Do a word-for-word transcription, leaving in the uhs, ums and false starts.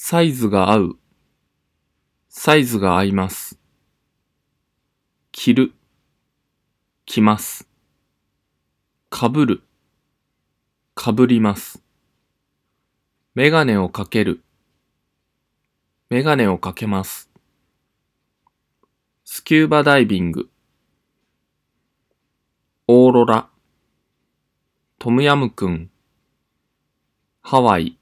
サイズが合う。サイズが合います。着る。着ます。かぶる。かぶります。メガネをかける。メガネをかけます。スキューバダイビング。オーロラ。トムヤムクン。ハワイ。